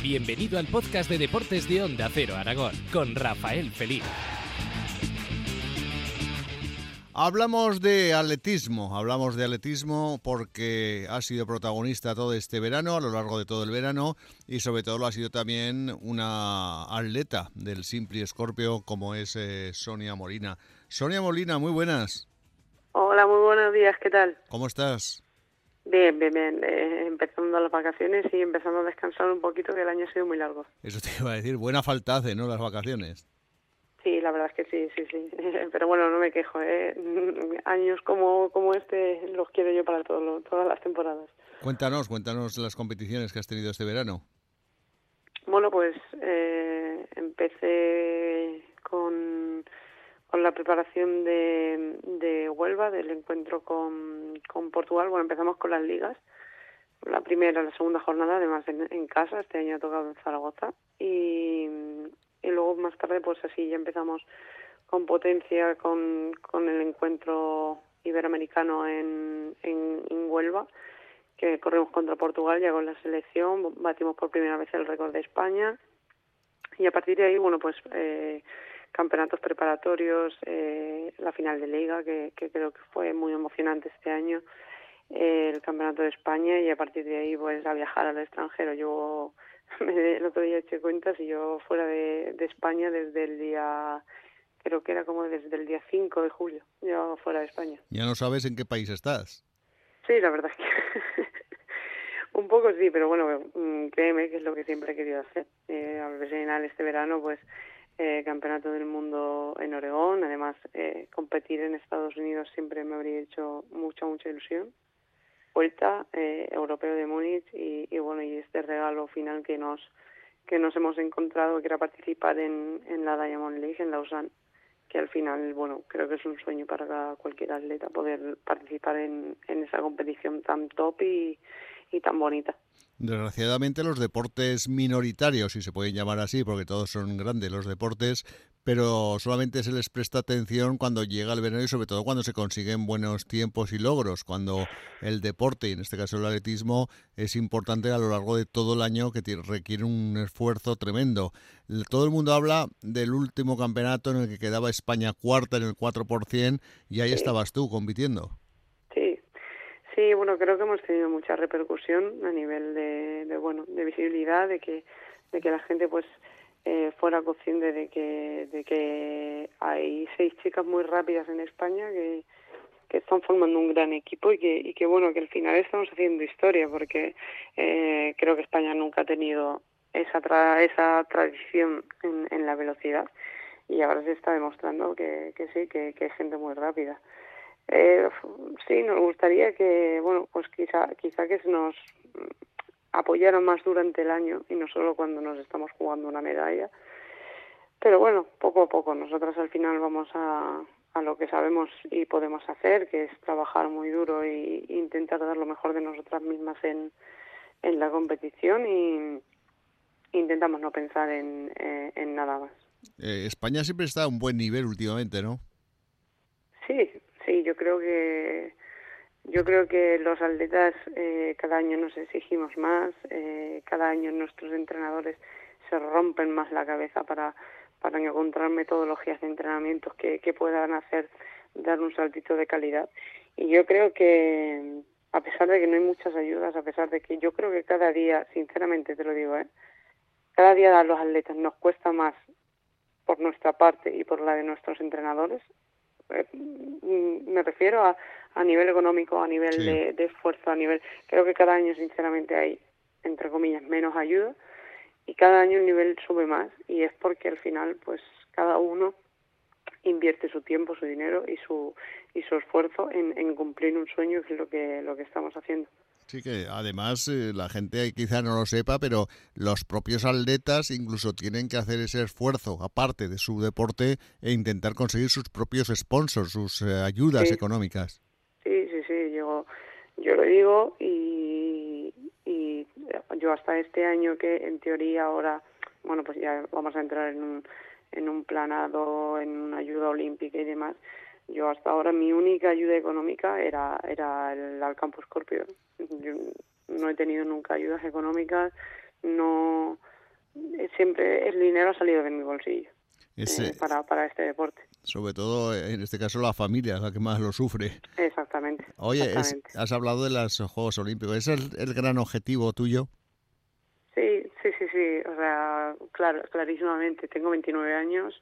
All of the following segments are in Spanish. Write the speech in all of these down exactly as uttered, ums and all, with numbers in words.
Bienvenido al podcast de deportes de Onda Cero Aragón, con Rafael Feliz. Hablamos de atletismo, hablamos de atletismo porque ha sido protagonista todo este verano, a lo largo de todo el verano, y sobre todo lo ha sido también una atleta del Simply Scorpio como es eh, Sonia Molina. Sonia Molina, muy buenas. Hola, muy buenos días, ¿qué tal? ¿Cómo estás? Bien, bien, bien. Eh, empezando las vacaciones y empezando a descansar un poquito, que el año ha sido muy largo. Eso te iba a decir, buena falta hace, ¿no?, las vacaciones. Sí, la verdad es que sí, sí, sí. Pero bueno, no me quejo, ¿eh? Años como como este los quiero yo para todo, todas las temporadas. Cuéntanos, cuéntanos las competiciones que has tenido este verano. Bueno, pues eh, empecé con, con la preparación de, de Huelva, del encuentro con, con Portugal. Bueno, empezamos con las ligas. La primera, la segunda jornada, además en, en casa. Este año ha tocado en Zaragoza. Y, y luego más tarde, pues así ya empezamos con potencia con, con el encuentro iberoamericano en, en, en Huelva, que corrimos contra Portugal ya con la selección, batimos por primera vez el récord de España y a partir de ahí, bueno, pues eh, campeonatos preparatorios, eh, la final de Liga, que, que creo que fue muy emocionante este año, eh, el campeonato de España y a partir de ahí, pues a viajar al extranjero. Yo el otro día eché cuentas y yo fuera de, de España desde el día, creo que era como desde el día cinco de julio, yo fuera de España. Ya no sabes en qué país estás. Sí, la verdad es que un poco sí, pero bueno, créeme que es lo que siempre he querido hacer. Eh, al final este verano, pues, eh, campeonato del mundo en Oregón. Además, eh, competir en Estados Unidos siempre me habría hecho mucha, mucha ilusión. Vuelta, eh, europeo de Múnich y, y bueno, y este regalo final que nos que nos hemos encontrado, que era participar en, en la Diamond League en Lausanne, que al final, bueno, creo que es un sueño para cualquier atleta poder participar en, en esa competición tan top y, y tan bonita. Desgraciadamente los deportes minoritarios, si se pueden llamar así, porque todos son grandes los deportes, pero solamente se les presta atención cuando llega el verano y sobre todo cuando se consiguen buenos tiempos y logros, cuando el deporte, y en este caso el atletismo, es importante a lo largo de todo el año, que requiere un esfuerzo tremendo. Todo el mundo habla del último campeonato en el que quedaba España cuarta en el cuatro por ciento y ahí Sí. estabas tú compitiendo. Sí. Sí, bueno, creo que hemos tenido mucha repercusión a nivel de, de bueno, de visibilidad, de que de que la gente pues eh, fuera consciente de que de que hay seis chicas muy rápidas en España que que están formando un gran equipo y que y que bueno, que al final estamos haciendo historia, porque eh, creo que España nunca ha tenido esa tra esa tradición en, en la velocidad y ahora se está demostrando que que sí, que, que hay gente muy rápida. Eh, sí, nos gustaría que, bueno, pues quizá quizá que se nos apoyaran más durante el año y no solo cuando nos estamos jugando una medalla. Pero bueno, poco a poco. Nosotras al final vamos a, a lo que sabemos y podemos hacer, que es trabajar muy duro y, e intentar dar lo mejor de nosotras mismas en, en la competición y intentamos no pensar en, en, en nada más. Eh, España siempre está a un buen nivel últimamente, ¿no? Sí, sí, yo creo que yo creo que los atletas eh, cada año nos exigimos más, eh, cada año nuestros entrenadores se rompen más la cabeza para para encontrar metodologías de entrenamientos que, que puedan hacer dar un saltito de calidad. Y yo creo que, a pesar de que no hay muchas ayudas, a pesar de que yo creo que cada día, sinceramente te lo digo, ¿eh? cada día a los atletas nos cuesta más por nuestra parte y por la de nuestros entrenadores. Me refiero a, a nivel económico, a nivel Sí. de, de esfuerzo, a nivel... Creo que cada año, sinceramente, hay, entre comillas, menos ayuda y cada año el nivel sube más y es porque al final, pues, cada uno invierte su tiempo, su dinero y su y su esfuerzo en, en cumplir un sueño, que es lo que lo que estamos haciendo. Sí, que además eh, la gente quizá no lo sepa, pero los propios atletas incluso tienen que hacer ese esfuerzo, aparte de su deporte, e intentar conseguir sus propios sponsors, sus eh, ayudas Sí. económicas. Sí, sí, sí, yo, yo lo digo y, y yo hasta este año que en teoría ahora, bueno, pues ya vamos a entrar en un, en un planado, en una ayuda olímpica y demás. Yo hasta ahora mi única ayuda económica era era el Alcampo Scorpio. Yo no he tenido nunca ayudas económicas, no siempre el dinero ha salido de mi bolsillo Ese, eh, para, para este deporte. Sobre todo, en este caso, la familia es la que más lo sufre. Exactamente. Oye, exactamente. Es, has hablado de los Juegos Olímpicos. ¿Ese es el, el gran objetivo tuyo? Sí, sí, sí, sí. O sea, claro, clarísimamente. Tengo veintinueve años.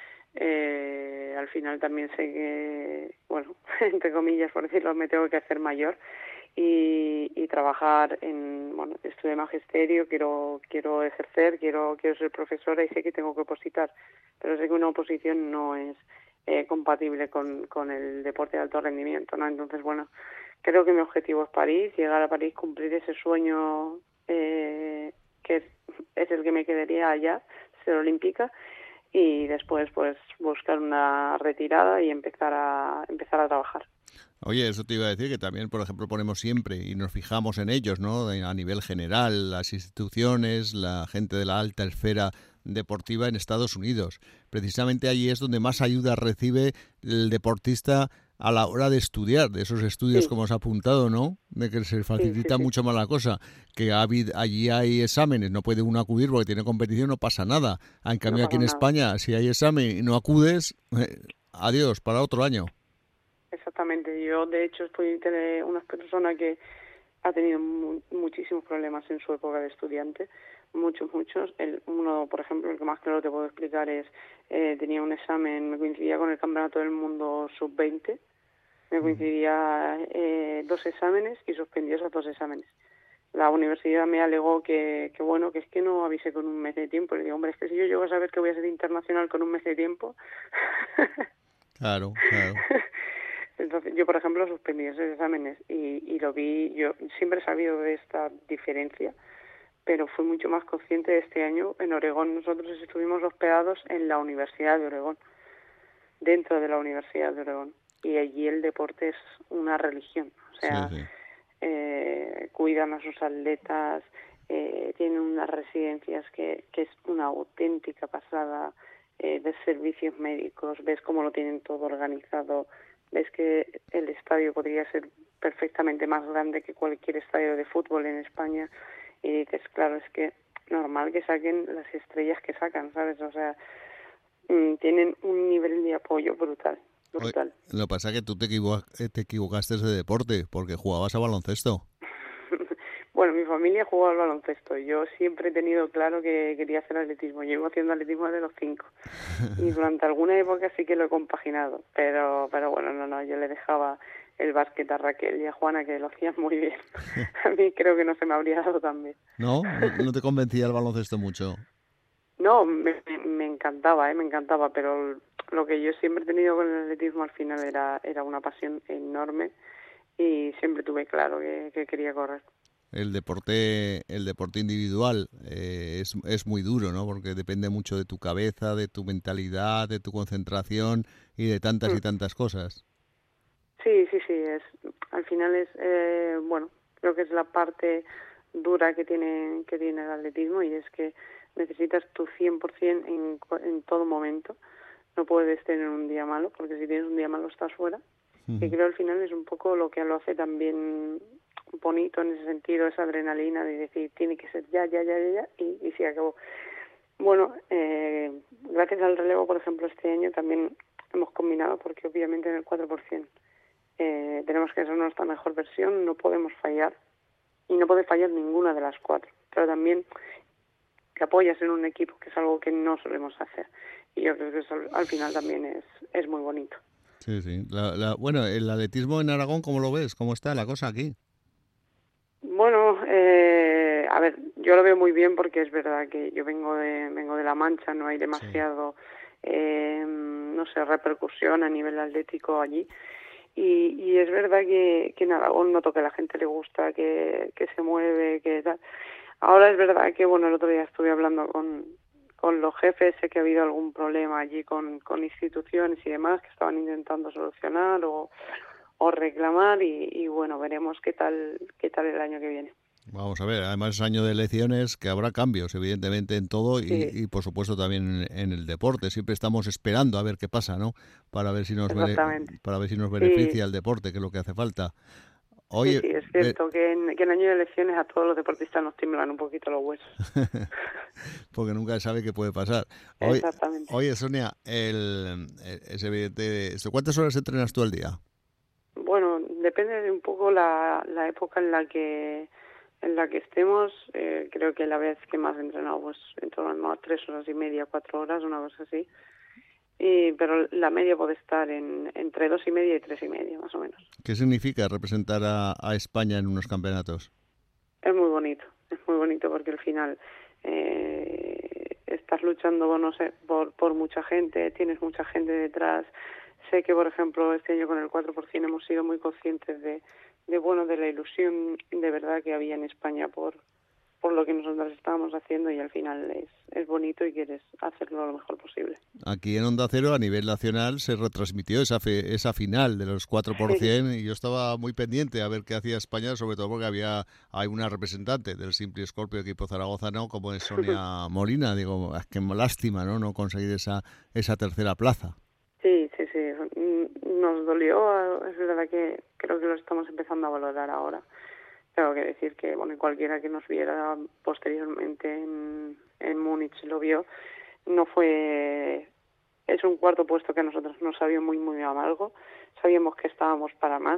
Eh, al final también sé que, bueno, entre comillas, por decirlo, me tengo que hacer mayor. Y, y trabajar en, bueno, estudié magisterio, quiero quiero ejercer, quiero quiero ser profesora y sé que tengo que opositar, pero sé que una oposición no es eh, compatible con, con el deporte de alto rendimiento, ¿no? Entonces, bueno, creo que mi objetivo es París, llegar a París, cumplir ese sueño eh, que es, es el que me quedaría allá, ser olímpica, y después pues buscar una retirada y empezar a empezar a trabajar. Oye, eso te iba a decir, que también, por ejemplo, ponemos siempre y nos fijamos en ellos, ¿no? A nivel general, las instituciones, la gente de la alta esfera deportiva en Estados Unidos. Precisamente allí es donde más ayuda recibe el deportista a la hora de estudiar, de esos estudios Sí. como has apuntado, ¿no? De que se facilita sí, sí, sí. mucho más la cosa, que allí hay exámenes, no puede uno acudir porque tiene competición, no pasa nada. En cambio, No aquí en pasa nada. España, si hay examen y no acudes, eh, adiós, para otro año. Exactamente. Yo, de hecho, soy de una persona que ha tenido mu muchísimos problemas en su época de estudiante, muchos, muchos. El, uno, por ejemplo, el que más claro te puedo explicar es, eh, tenía un examen, me coincidía con el Campeonato del Mundo sub veinte, me coincidía eh, dos exámenes y suspendí esos dos exámenes. La universidad me alegó que, que, bueno, que es que no avisé con un mes de tiempo. Le digo, hombre, es que si yo llego a saber que voy a ser internacional con un mes de tiempo... Claro, claro. Entonces, yo, por ejemplo, suspendí esos exámenes y, y lo vi, yo siempre he sabido de esta diferencia, pero fui mucho más consciente de este año. En Oregón nosotros estuvimos hospedados en la Universidad de Oregón, dentro de la Universidad de Oregón, y allí el deporte es una religión, o sea, Sí, sí. Eh, cuidan a sus atletas, eh, tienen unas residencias que, que es una auténtica pasada, eh, de servicios médicos, ves cómo lo tienen todo organizado, ves que el estadio podría ser perfectamente más grande que cualquier estadio de fútbol en España, y dices, claro, es que normal que saquen las estrellas que sacan, ¿sabes? O sea, mmm, tienen un nivel de apoyo brutal, brutal. Oye, lo que pasa es que tú te, equivo te equivocaste de deporte, porque jugabas a baloncesto. Bueno, mi familia jugó al baloncesto. Yo siempre he tenido claro que quería hacer atletismo. Llevo haciendo atletismo desde los cinco. Y durante alguna época sí que lo he compaginado. Pero pero bueno, no, no, yo le dejaba el básquet a Raquel y a Juana, que lo hacían muy bien. A mí creo que no se me habría dado tan bien. ¿No? ¿No, no te convencía el baloncesto mucho? No, me, me encantaba, ¿eh? me encantaba, pero lo que yo siempre he tenido con el atletismo al final era, era una pasión enorme y siempre tuve claro que, que quería correr. El deporte el deporte individual eh, es, es muy duro, ¿no? Porque depende mucho de tu cabeza, de tu mentalidad, de tu concentración y de tantas y tantas cosas. Sí, sí, sí. Es, al final es, eh, bueno, creo que es la parte dura que tiene que tiene el atletismo, y es que necesitas tu cien por ciento en, en todo momento. No puedes tener un día malo, porque si tienes un día malo estás fuera. Uh-huh. Y creo al final es un poco lo que lo hace también bonito en ese sentido, esa adrenalina de decir tiene que ser ya, ya, ya, ya, ya y, y se acabó. Bueno, eh, gracias al relevo, por ejemplo, este año también hemos combinado, porque obviamente en el cuatro por ciento eh, tenemos que ser nuestra mejor versión, no podemos fallar y no puede fallar ninguna de las cuatro, pero también que apoyas en un equipo, que es algo que no solemos hacer, y yo creo que eso al final también es, es muy bonito. Sí, sí. La, la, bueno, el atletismo en Aragón, ¿cómo lo ves? ¿Cómo está la cosa aquí? Bueno, eh, a ver, yo lo veo muy bien, porque es verdad que yo vengo de vengo de La Mancha, no hay demasiado, sí. eh, no sé, repercusión a nivel atlético allí, y, y es verdad que, que en Aragón noto que a la gente le gusta, que, que se mueve, que tal. Ahora es verdad que, bueno, el otro día estuve hablando con, con los jefes, sé que ha habido algún problema allí con, con instituciones y demás que estaban intentando solucionar o... o reclamar y, y bueno, veremos qué tal qué tal el año que viene. Vamos a ver, además es año de elecciones, que habrá cambios evidentemente en todo y, sí. y por supuesto también en, en el deporte. Siempre estamos esperando a ver qué pasa, ¿no? Para ver si nos bene, para ver si nos beneficia sí. el deporte, que es lo que hace falta. Oye, sí, sí, es cierto eh... que, en, que en año de elecciones a todos los deportistas nos tiemblan un poquito los huesos. Porque nunca se sabe qué puede pasar. Oye, Exactamente. Oye, Sonia, el, es evidente, ¿cuántas horas entrenas tú al día? Bueno, depende de un poco la, la época en la que en la que estemos. Eh, creo que la vez que más he entrenado, pues en torno a tres horas y media, cuatro horas, una cosa así. Y, pero la media puede estar en, entre dos y media y tres y media, más o menos. ¿Qué significa representar a, a España en unos campeonatos? Es muy bonito, es muy bonito porque al final eh, estás luchando, no sé, por, por mucha gente, tienes mucha gente detrás. Sé que, por ejemplo, este año con el cuatro por ciento hemos sido muy conscientes de, de bueno, de la ilusión de verdad que había en España por por lo que nosotros estábamos haciendo, y al final es, es bonito y quieres hacerlo lo mejor posible. Aquí en Onda Cero, a nivel nacional, se retransmitió esa fe, esa final de los cuatro por ciento sí. Y yo estaba muy pendiente a ver qué hacía España, sobre todo porque había hay una representante del Simply Scorpio equipo zaragozano, como es Sonia Molina. Digo, es que lástima, ¿no? No conseguir esa, esa tercera plaza. Sí, sí, sí. Nos dolió. Es verdad que creo que lo estamos empezando a valorar ahora. Tengo que decir que, bueno, cualquiera que nos viera posteriormente en, en Múnich lo vio. No fue... Es un cuarto puesto que a nosotros nos sabía muy, muy amargo. Sabíamos que estábamos para más.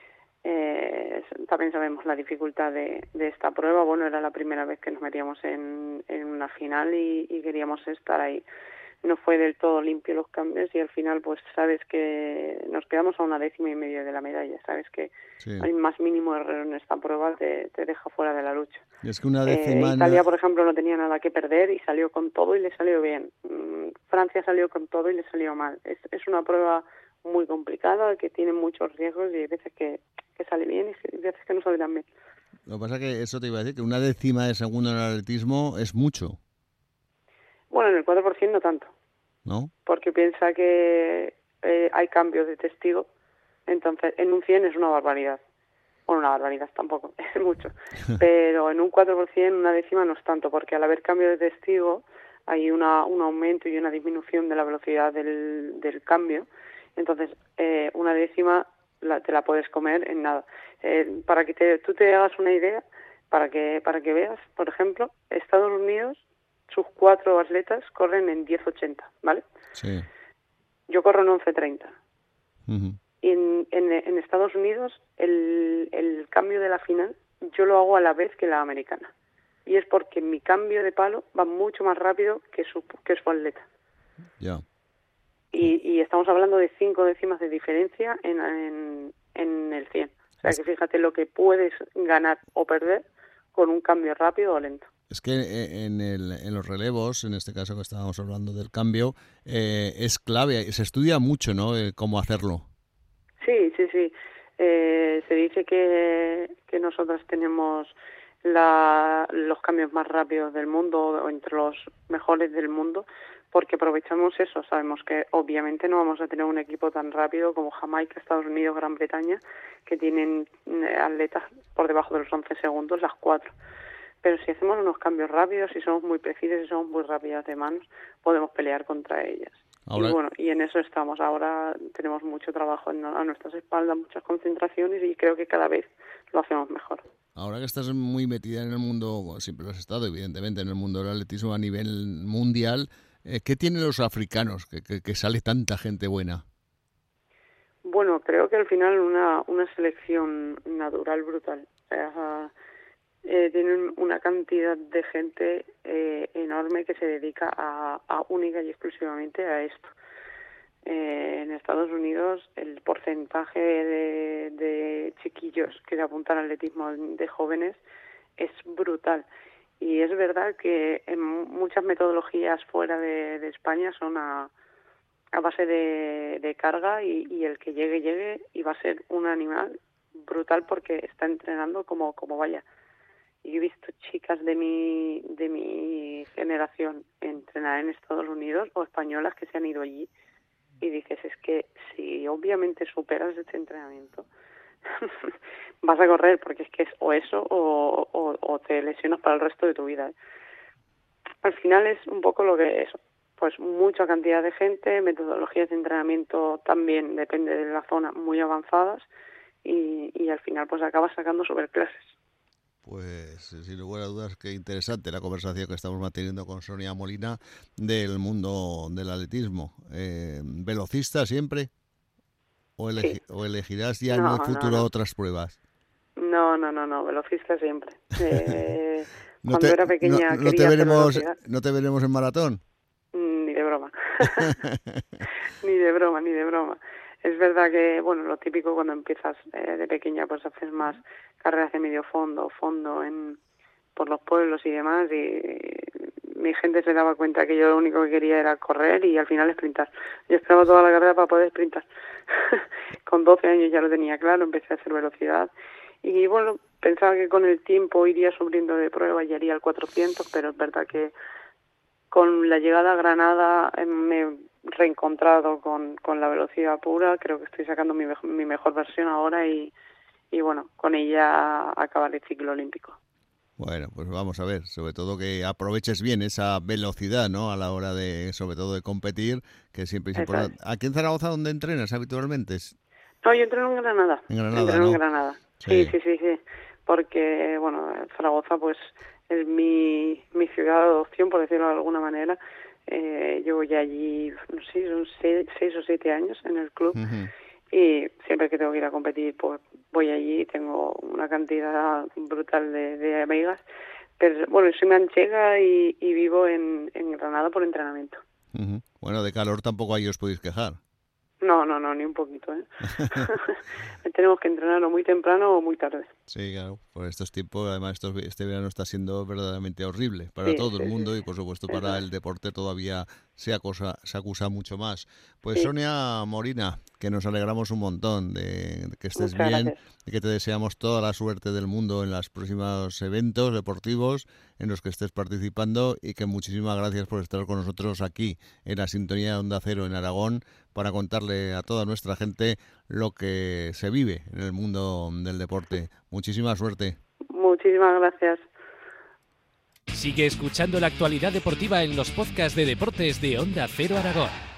Eh, también sabemos la dificultad de, de esta prueba. Bueno, era la primera vez que nos metíamos en, en una final y, y queríamos estar ahí. No fue del todo limpio los cambios y al final pues sabes que nos quedamos a una décima y media de la medalla. Sabes que sí. Hay más mínimo error en esta prueba, te, te deja fuera de la lucha. Y es que una décima... Eh, Italia, por ejemplo, no tenía nada que perder y salió con todo y le salió bien. Francia salió con todo y le salió mal. Es, es una prueba muy complicada, que tiene muchos riesgos y hay veces que, que sale bien y hay veces que no sale tan bien. Lo que pasa es que eso te iba a decir, que una décima de segundo en el atletismo es mucho. Bueno, en el cuatro por ciento no tanto. ¿No? Porque piensa que eh, hay cambios de testigo, entonces en un cien es una barbaridad. Bueno, una barbaridad tampoco, es mucho. Pero en un cuatro por ciento, una décima no es tanto, porque al haber cambio de testigo hay una, un aumento y una disminución de la velocidad del, del cambio. Entonces, eh, una décima la, te la puedes comer en nada. Eh, para que te, tú te hagas una idea, para que, para que veas, por ejemplo, Estados Unidos, sus cuatro atletas corren en diez ochenta, ¿vale? Sí. Yo corro en once treinta. Uh-huh. Y en, en, en Estados Unidos el, el cambio de la final yo lo hago a la vez que la americana. Y es porque mi cambio de palo va mucho más rápido que su, que su atleta. Ya. Y, y estamos hablando de cinco décimas de diferencia en, en, en el cien. O sea que fíjate lo que puedes ganar o perder con un cambio rápido o lento. Es que en, el, en los relevos, en este caso que estábamos hablando del cambio, eh, es clave, se estudia mucho, ¿no?, eh, cómo hacerlo. Sí, sí, sí. Eh, se dice que, que nosotros tenemos la, los cambios más rápidos del mundo, o entre los mejores del mundo, porque aprovechamos eso. Sabemos que obviamente no vamos a tener un equipo tan rápido como Jamaica, Estados Unidos, Gran Bretaña, que tienen atletas por debajo de los once segundos, las cuatro. Pero si hacemos unos cambios rápidos, si somos muy precisos, si somos muy rápidas de manos, podemos pelear contra ellas. Ahora... Y bueno, y en eso estamos. Ahora tenemos mucho trabajo en, a nuestras espaldas, muchas concentraciones, y creo que cada vez lo hacemos mejor. Ahora que estás muy metida en el mundo, bueno, siempre lo has estado, evidentemente, en el mundo del atletismo a nivel mundial, eh, ¿qué tienen los africanos que, que, que sale tanta gente buena? Bueno, creo que al final una, una selección natural brutal. O sea, Eh, tienen una cantidad de gente eh, enorme que se dedica a, a única y exclusivamente a esto. Eh, en Estados Unidos el porcentaje de, de chiquillos que se apuntan al atletismo de jóvenes es brutal. Y es verdad que en muchas metodologías fuera de, de España son a, a base de, de carga y, y el que llegue, llegue y va a ser un animal brutal porque está entrenando como, como vaya. Y he visto chicas de mi de mi generación entrenar en Estados Unidos o españolas que se han ido allí y dices, es que si obviamente superas este entrenamiento vas a correr, porque es que es o eso o, o, o te lesionas para el resto de tu vida. Al final es un poco lo que es, pues mucha cantidad de gente, metodologías de entrenamiento también, depende de la zona, muy avanzadas, y, y al final pues acabas sacando superclases. Pues sin lugar a dudas que interesante la conversación que estamos manteniendo con Sonia Molina del mundo del atletismo. Eh, ¿Velocista siempre? ¿O, elegi- Sí. ¿O elegirás ya No, en el futuro no, no. otras pruebas? No, no, no, no, velocista siempre. Eh, ¿No cuando te, era pequeña no, no quería te hacer veremos, velocidad. ¿No te veremos en maratón? Ni de broma. Ni de broma, ni de broma. Es verdad que, bueno, lo típico cuando empiezas eh, de pequeña, pues haces más carreras de medio fondo, fondo en por los pueblos y demás, y mi gente se daba cuenta que yo lo único que quería era correr y al final sprintar. Yo esperaba toda la carrera para poder sprintar. Con doce años ya lo tenía claro, empecé a hacer velocidad y bueno, pensaba que con el tiempo iría subiendo de prueba y haría el cuatrocientos, pero es verdad que con la llegada a Granada eh, me he reencontrado con, con la velocidad pura, creo que estoy sacando mi, mejor, mi mejor versión ahora y, y bueno, con ella acabar el ciclo olímpico. Bueno, pues vamos a ver, sobre todo que aproveches bien esa velocidad, ¿no? A la hora de, sobre todo de competir, que siempre es Exacto. importante. ¿Aquí en Zaragoza dónde entrenas habitualmente? No, yo entreno en Granada. En Granada, entreno ¿no? en Granada. Sí, sí, sí, sí. Porque, bueno, Zaragoza, pues, es mi, mi ciudad de adopción, por decirlo de alguna manera. Eh, llevo ya allí, no sé, son seis, seis o siete años en el club. Uh-huh. Y siempre que tengo que ir a competir, pues voy allí. Tengo una cantidad brutal de, de amigas. Pero, bueno, soy manchega y, y vivo en, en Granada por entrenamiento. Uh-huh. Bueno, de calor tampoco ahí os podéis quejar. No, no, no, ni un poquito, ¿eh? Tenemos que entrenar o muy temprano o muy tarde. Sí, claro, por estos tiempos, además estos, este verano está siendo verdaderamente horrible para Sí, todo sí, el mundo sí. y por supuesto Eso para es. el deporte todavía se acusa, se acusa mucho más. Pues Sí. Sonia Molina, que nos alegramos un montón de, de que estés Muchas bien, gracias. y que te deseamos toda la suerte del mundo en los próximos eventos deportivos en los que estés participando y que muchísimas gracias por estar con nosotros aquí en la sintonía de Onda Cero en Aragón para contarle a toda nuestra gente lo que se vive en el mundo del deporte. Muchísima suerte. Muchísimas gracias. Sigue escuchando la actualidad deportiva en los podcasts de deportes de Onda Cero Aragón.